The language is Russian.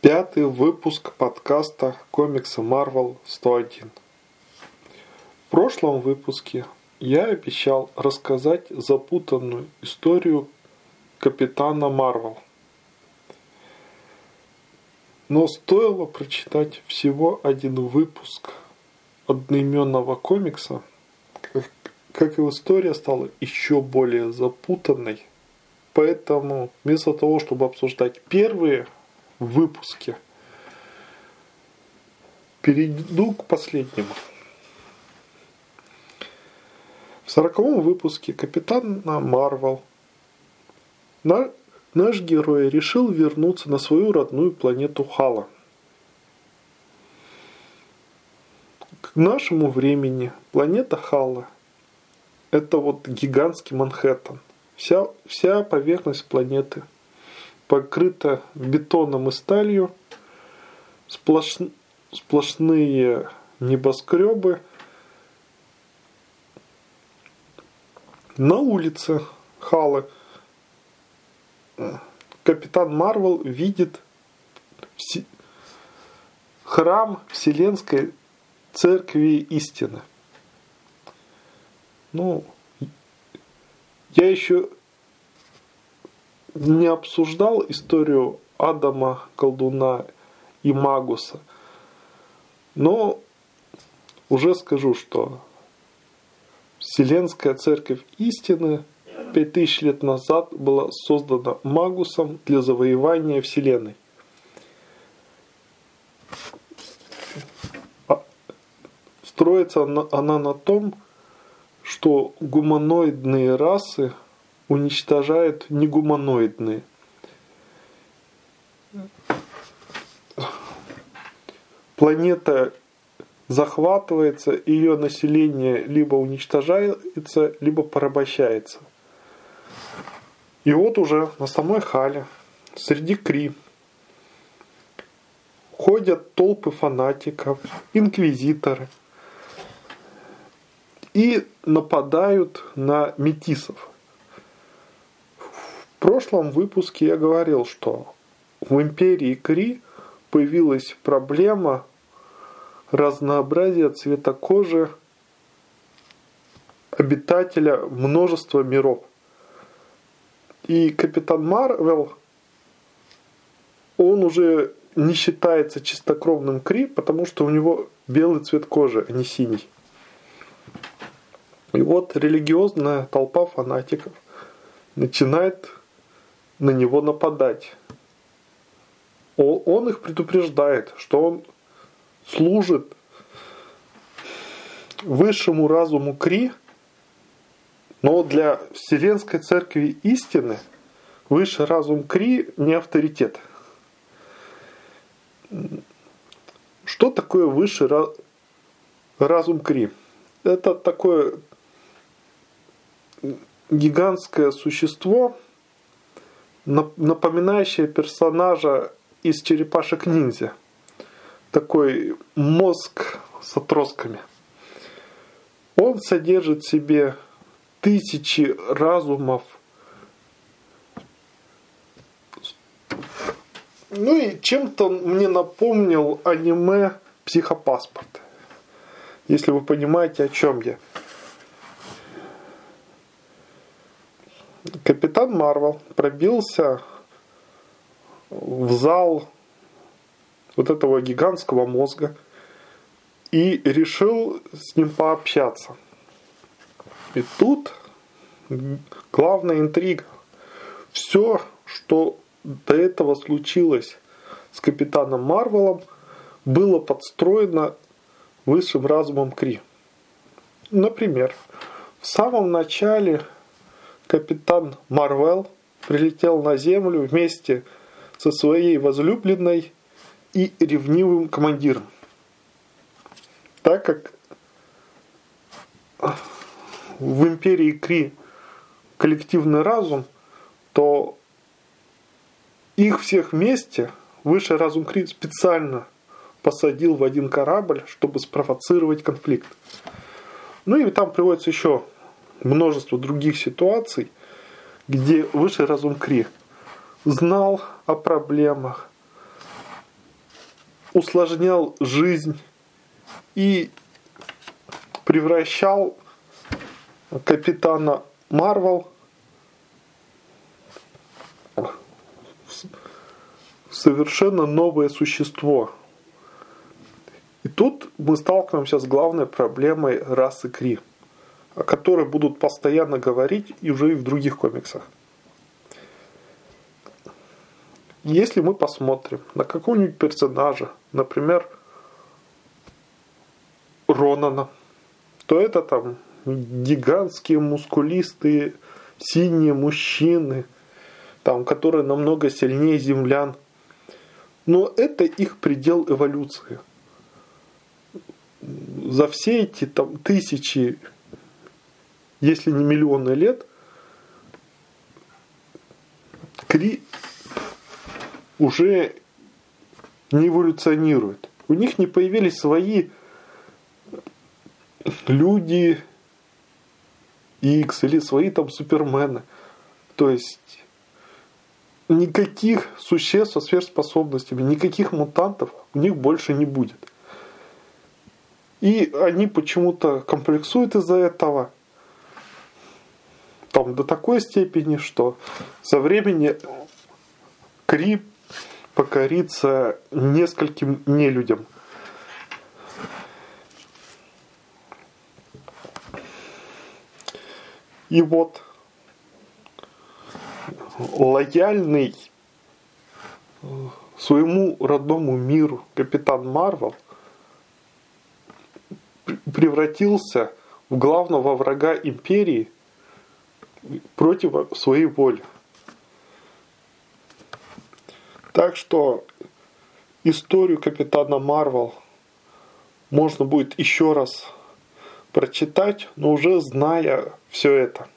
Пятый выпуск подкаста комикса Marvel 101. В прошлом выпуске я обещал рассказать запутанную историю Капитана Марвел. Но стоило прочитать всего один выпуск одноименного комикса, как его история стала еще более запутанной. Поэтому вместо того, чтобы обсуждать первые выпуске, перейду к последнему. В 40-м выпуске Капитана Марвел наш герой решил вернуться на свою родную планету Хала. К нашему времени планета Хала — это гигантский Манхэттен. Вся поверхность планеты покрыта бетоном и сталью, сплошные небоскребы. На улице Халы Капитан Марвел видит храм Вселенской Церкви Истины. Я еще не обсуждал историю Адама, Колдуна и Магуса, но уже скажу, что Вселенская Церковь Истины 5000 лет назад была создана Магусом для завоевания Вселенной. Строится она на том, что гуманоидные расы уничтожают негуманоидные. Планета захватывается, ее население либо уничтожается, либо порабощается. И уже на самой Хале, среди Кри, ходят толпы фанатиков, инквизиторы и нападают на метисов. В прошлом выпуске я говорил, что в империи Кри появилась проблема разнообразия цвета кожи обитателя множества миров. И Капитан Марвел, он уже не считается чистокровным Кри, потому что у него белый цвет кожи, а не синий. И религиозная толпа фанатиков начинает на него нападать. Он их предупреждает, что он служит высшему разуму Кри, но для Вселенской Церкви Истины высший разум Кри не авторитет. Что такое высший разум Кри? Это такое гигантское существо, напоминающее персонажа из черепашек-ниндзя. Такой мозг с отростками. Он содержит в себе тысячи разумов. И чем-то мне напомнил аниме «Психопаспорт». Если вы понимаете, о чем я. Капитан Марвел пробился в зал этого гигантского мозга и решил с ним пообщаться. И тут главная интрига. Все, что до этого случилось с Капитаном Марвелом, было подстроено высшим разумом Кри. Например, в самом начале Капитан Марвел прилетел на Землю вместе со своей возлюбленной и ревнивым командиром. Так как в империи Кри коллективный разум, то их всех вместе высший разум Кри специально посадил в один корабль, чтобы спровоцировать конфликт. И там приводится еще множество других ситуаций, где высший разум Кри знал о проблемах, усложнял жизнь и превращал Капитана Марвел в совершенно новое существо. И тут мы сталкиваемся с главной проблемой расы Кри, о которой будут постоянно говорить и уже и в других комиксах. Если мы посмотрим на какого-нибудь персонажа, например, Ронана, то это там гигантские, мускулистые, синие мужчины, там, которые намного сильнее землян. Но это их предел эволюции. За все эти там тысячи, если не миллионы лет, Кри уже не эволюционирует. У них не появились свои люди Икс или свои там супермены. То есть никаких существ со сверхспособностями, никаких мутантов у них больше не будет. И они почему-то комплексуют из-за этого. Там до такой степени, что со времени Кри покорится нескольким нелюдям. И вот лояльный своему родному миру Капитан Марвел превратился в главного врага империи против своей воли. Так что историю Капитана Марвел можно будет еще раз прочитать, но уже зная все это.